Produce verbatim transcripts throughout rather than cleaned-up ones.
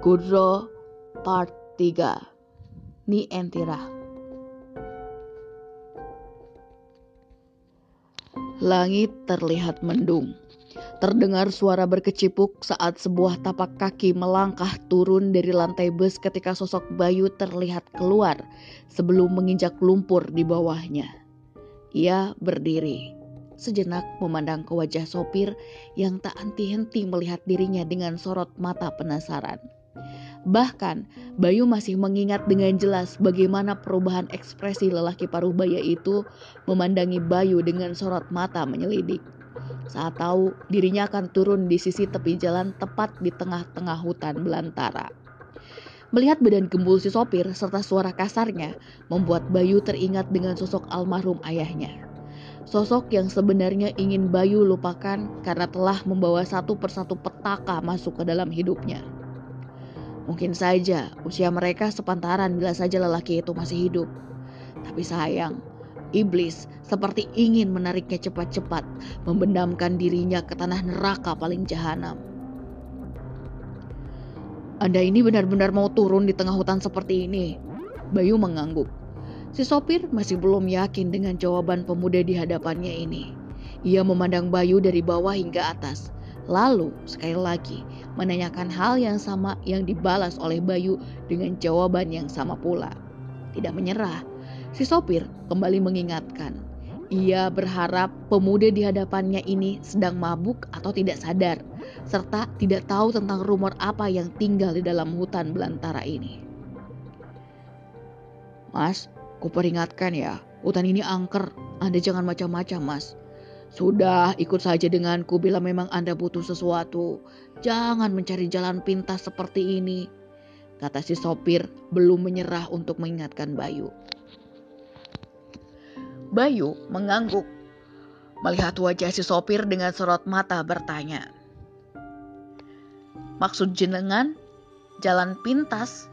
Kudro Part tiga. Ni Entira. Langit terlihat mendung. Terdengar suara berkecipuk saat sebuah tapak kaki melangkah turun dari lantai bus ketika sosok Bayu terlihat keluar sebelum menginjak lumpur di bawahnya. Ia berdiri, sejenak memandang ke wajah sopir yang tak henti-henti melihat dirinya dengan sorot mata penasaran. Bahkan Bayu masih mengingat dengan jelas bagaimana perubahan ekspresi lelaki paruh baya itu memandangi Bayu dengan sorot mata menyelidik. Saat tahu dirinya akan turun di sisi tepi jalan tepat di tengah-tengah hutan belantara. Melihat badan gembul si sopir serta suara kasarnya membuat Bayu teringat dengan sosok almarhum ayahnya. Sosok yang sebenarnya ingin Bayu lupakan karena telah membawa satu persatu petaka masuk ke dalam hidupnya. Mungkin saja usia mereka sepantaran bila saja lelaki itu masih hidup. Tapi sayang, iblis seperti ingin menariknya cepat-cepat, membendamkan dirinya ke tanah neraka paling jahanam. Anda ini benar-benar mau turun di tengah hutan seperti ini? Bayu mengangguk. Si sopir masih belum yakin dengan jawaban pemuda di hadapannya ini. Ia memandang Bayu dari bawah hingga atas. Lalu sekali lagi menanyakan hal yang sama yang dibalas oleh Bayu dengan jawaban yang sama pula. Tidak menyerah, si sopir kembali mengingatkan. Ia berharap pemuda di hadapannya ini sedang mabuk atau tidak sadar, serta tidak tahu tentang rumor apa yang tinggal di dalam hutan belantara ini. Mas, kuperingatkan ya, hutan ini angker. Anda jangan macam-macam, Mas. Sudah, ikut saja denganku bila memang Anda butuh sesuatu. Jangan mencari jalan pintas seperti ini, kata si sopir belum menyerah untuk mengingatkan Bayu. Bayu mengangguk, melihat wajah si sopir dengan sorot mata bertanya. Maksud jenengan jalan pintas?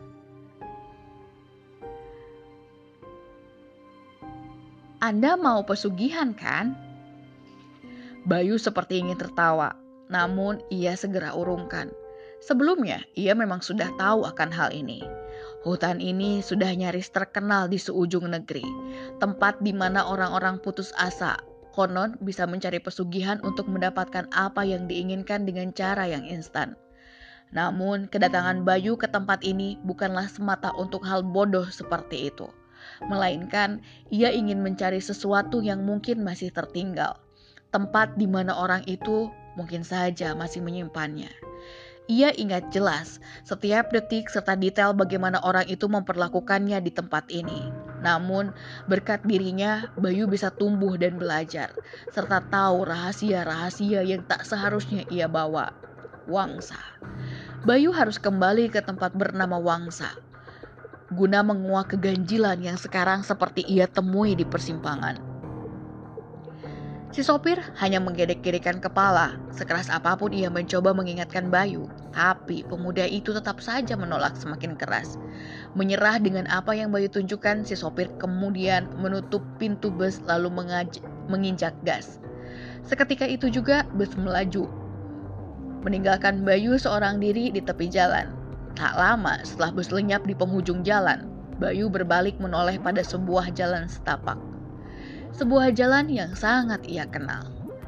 Anda mau pesugihan kan? Bayu seperti ingin tertawa, namun ia segera urungkan. Sebelumnya ia memang sudah tahu akan hal ini. Hutan ini sudah nyaris terkenal di seujung negeri, tempat di mana orang-orang putus asa, konon bisa mencari pesugihan untuk mendapatkan apa yang diinginkan dengan cara yang instan. Namun kedatangan Bayu ke tempat ini bukanlah semata untuk hal bodoh seperti itu, melainkan ia ingin mencari sesuatu yang mungkin masih tertinggal, tempat di mana orang itu mungkin saja masih menyimpannya. Ia ingat jelas setiap detik serta detail bagaimana orang itu memperlakukannya di tempat ini. Namun berkat dirinya, Bayu bisa tumbuh dan belajar, serta tahu rahasia-rahasia yang tak seharusnya ia bawa. Wangsa. Bayu harus kembali ke tempat bernama Wangsa, guna menguak keganjilan yang sekarang seperti ia temui di persimpangan. Si sopir hanya menggedek-gedekkan kepala. Sekeras apapun ia mencoba mengingatkan Bayu, tapi pemuda itu tetap saja menolak semakin keras. Menyerah dengan apa yang Bayu tunjukkan, si sopir kemudian menutup pintu bus lalu mengaj- menginjak gas. Seketika itu juga bus melaju, meninggalkan Bayu seorang diri di tepi jalan. Tak lama setelah bus lenyap di penghujung jalan, Bayu berbalik menoleh pada sebuah jalan setapak. Sebuah jalan yang sangat ia kenal.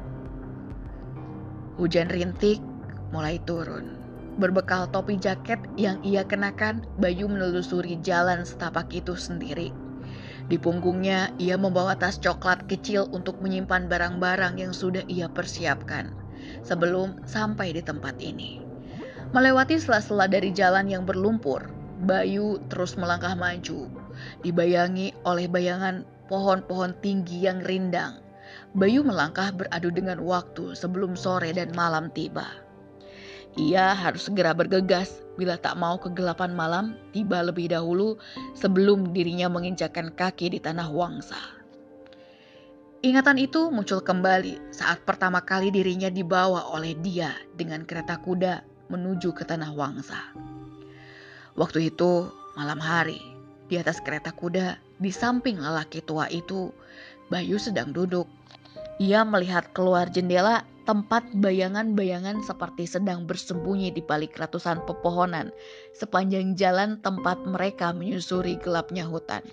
Hujan rintik mulai turun. Berbekal topi jaket yang ia kenakan, Bayu menelusuri jalan setapak itu sendiri. Di punggungnya ia membawa tas coklat kecil untuk menyimpan barang-barang yang sudah ia persiapkan sebelum sampai di tempat ini. Melewati sela-sela dari jalan yang berlumpur, Bayu terus melangkah maju, dibayangi oleh bayangan pohon-pohon tinggi yang rindang. Bayu melangkah beradu dengan waktu sebelum sore dan malam tiba. Ia harus segera bergegas bila tak mau kegelapan malam tiba lebih dahulu sebelum dirinya menginjakkan kaki di tanah Wangsa. Ingatan itu muncul kembali saat pertama kali dirinya dibawa oleh dia dengan kereta kuda menuju ke tanah Wangsa. Waktu itu malam hari, di atas kereta kuda, di samping lelaki tua itu, Bayu sedang duduk. Ia melihat keluar jendela tempat bayangan-bayangan seperti sedang bersembunyi di balik ratusan pepohonan sepanjang jalan tempat mereka menyusuri gelapnya hutan.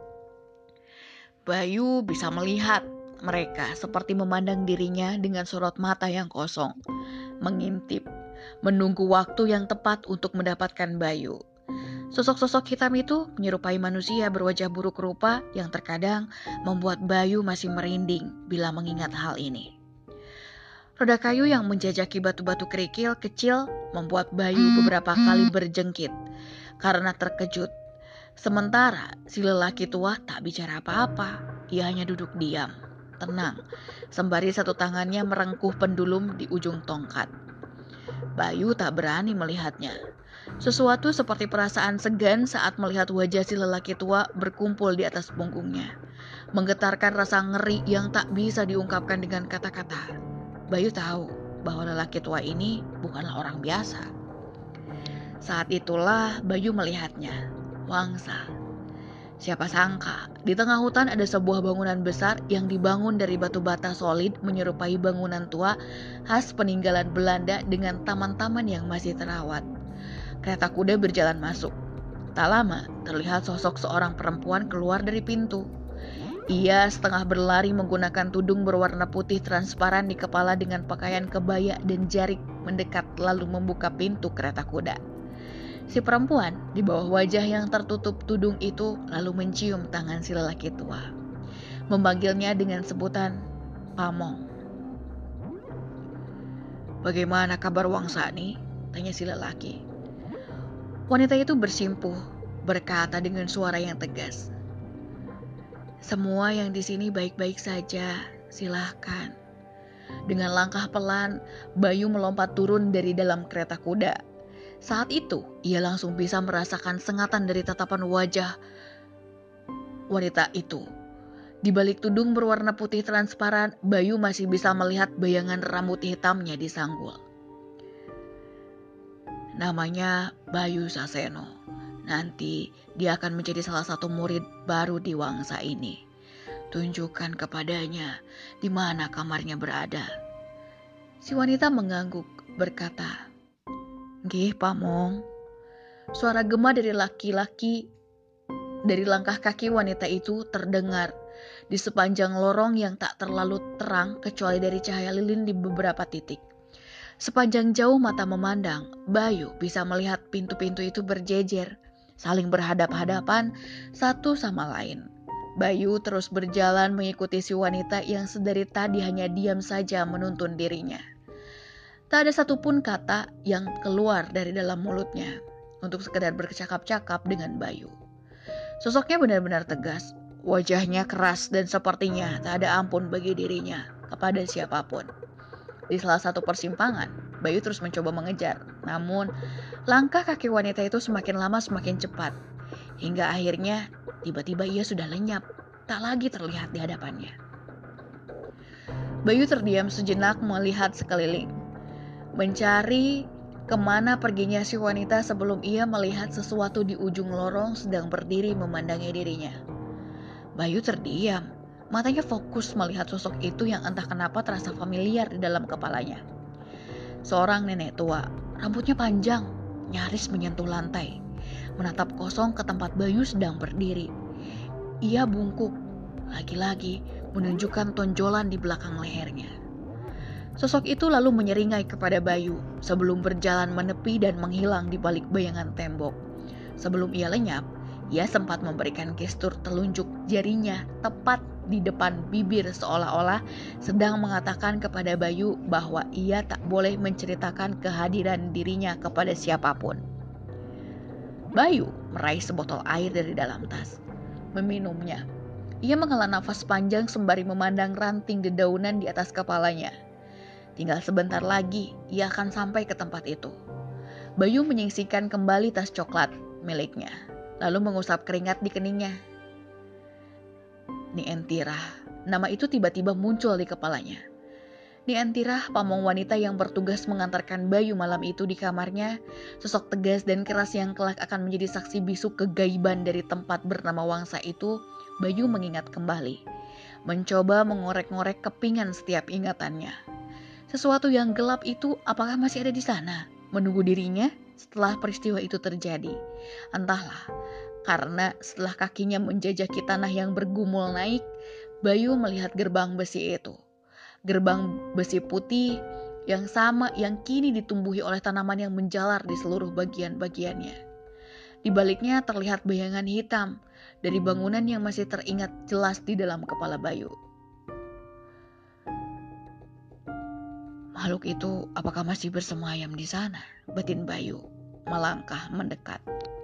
Bayu bisa melihat mereka seperti memandang dirinya dengan sorot mata yang kosong, mengintip, menunggu waktu yang tepat untuk mendapatkan Bayu. Sosok-sosok hitam itu menyerupai manusia berwajah buruk rupa yang terkadang membuat Bayu masih merinding bila mengingat hal ini. Roda kayu yang menjajaki batu-batu kerikil kecil membuat Bayu beberapa kali berjengkit karena terkejut. Sementara si lelaki tua tak bicara apa-apa, ia hanya duduk diam, tenang, sembari satu tangannya merengkuh pendulum di ujung tongkat. Bayu tak berani melihatnya. Sesuatu seperti perasaan segan saat melihat wajah si lelaki tua berkumpul di atas punggungnya, menggetarkan rasa ngeri yang tak bisa diungkapkan dengan kata-kata. Bayu tahu bahwa lelaki tua ini bukanlah orang biasa. Saat itulah Bayu melihatnya, Wangsa. Siapa sangka, di tengah hutan ada sebuah bangunan besar yang dibangun dari batu bata solid menyerupai bangunan tua khas peninggalan Belanda dengan taman-taman yang masih terawat. Kereta kuda berjalan masuk. Tak lama, terlihat sosok seorang perempuan keluar dari pintu. Ia setengah berlari menggunakan tudung berwarna putih transparan di kepala dengan pakaian kebaya dan jarik mendekat lalu membuka pintu kereta kuda. Si perempuan di bawah wajah yang tertutup tudung itu lalu mencium tangan si lelaki tua, memanggilnya dengan sebutan Pamong. "Bagaimana kabar Wangsani?" tanya si lelaki. Wanita itu bersimpuh, berkata dengan suara yang tegas, "Semua yang di sini baik-baik saja, silahkan." Dengan langkah pelan, Bayu melompat turun dari dalam kereta kuda. Saat itu, ia langsung bisa merasakan sengatan dari tatapan wajah wanita itu. Di balik tudung berwarna putih transparan, Bayu masih bisa melihat bayangan rambut hitamnya di sanggul. Namanya Bayu Saseno. Nanti dia akan menjadi salah satu murid baru di Wangsa ini. Tunjukkan kepadanya di mana kamarnya berada." Si wanita mengangguk berkata, "Nggih, Pamong." Suara gema dari laki-laki dari langkah kaki wanita itu terdengar di sepanjang lorong yang tak terlalu terang kecuali dari cahaya lilin di beberapa titik. Sepanjang jauh mata memandang, Bayu bisa melihat pintu-pintu itu berjejer, saling berhadap-hadapan satu sama lain. Bayu terus berjalan mengikuti si wanita yang sedari tadi hanya diam saja menuntun dirinya. Tak ada satupun kata yang keluar dari dalam mulutnya untuk sekedar bercakap-cakap dengan Bayu. Sosoknya benar-benar tegas, wajahnya keras dan sepertinya tak ada ampun bagi dirinya kepada siapapun. Di salah satu persimpangan, Bayu terus mencoba mengejar, namun langkah kaki wanita itu semakin lama semakin cepat, hingga akhirnya tiba-tiba ia sudah lenyap, tak lagi terlihat di hadapannya. Bayu terdiam sejenak melihat sekeliling, mencari kemana perginya si wanita sebelum ia melihat sesuatu di ujung lorong sedang berdiri memandangi dirinya. Bayu terdiam, matanya fokus melihat sosok itu yang entah kenapa terasa familiar di dalam kepalanya. Seorang nenek tua, rambutnya panjang, nyaris menyentuh lantai, menatap kosong ke tempat Bayu sedang berdiri. Ia bungkuk, lagi-lagi menunjukkan tonjolan di belakang lehernya. Sosok itu lalu menyeringai kepada Bayu sebelum berjalan menepi dan menghilang di balik bayangan tembok. Sebelum ia lenyap, ia sempat memberikan gestur telunjuk jarinya tepat di depan bibir seolah-olah sedang mengatakan kepada Bayu bahwa ia tak boleh menceritakan kehadiran dirinya kepada siapapun. Bayu meraih sebotol air dari dalam tas, meminumnya. Ia menghela nafas panjang sembari memandang ranting dedaunan di atas kepalanya. Tinggal sebentar lagi ia akan sampai ke tempat itu. Bayu menyingsingkan kembali tas coklat miliknya, lalu mengusap keringat di keningnya. Nientirah, nama itu tiba-tiba muncul di kepalanya. Nientirah, pamong wanita yang bertugas mengantarkan Bayu malam itu di kamarnya, sosok tegas dan keras yang kelak akan menjadi saksi bisu kegaiban dari tempat bernama Wangsa itu. Bayu mengingat kembali, mencoba mengorek-ngorek kepingan setiap ingatannya. Sesuatu yang gelap itu apakah masih ada di sana, menunggu dirinya setelah peristiwa itu terjadi? Entahlah, karena setelah kakinya menjajaki tanah yang bergumul naik, Bayu melihat gerbang besi itu. Gerbang besi putih yang sama yang kini ditumbuhi oleh tanaman yang menjalar di seluruh bagian-bagiannya. Di baliknya terlihat bayangan hitam dari bangunan yang masih teringat jelas di dalam kepala Bayu. Makhluk itu apakah masih bersemayam di sana? Batin Bayu melangkah mendekat.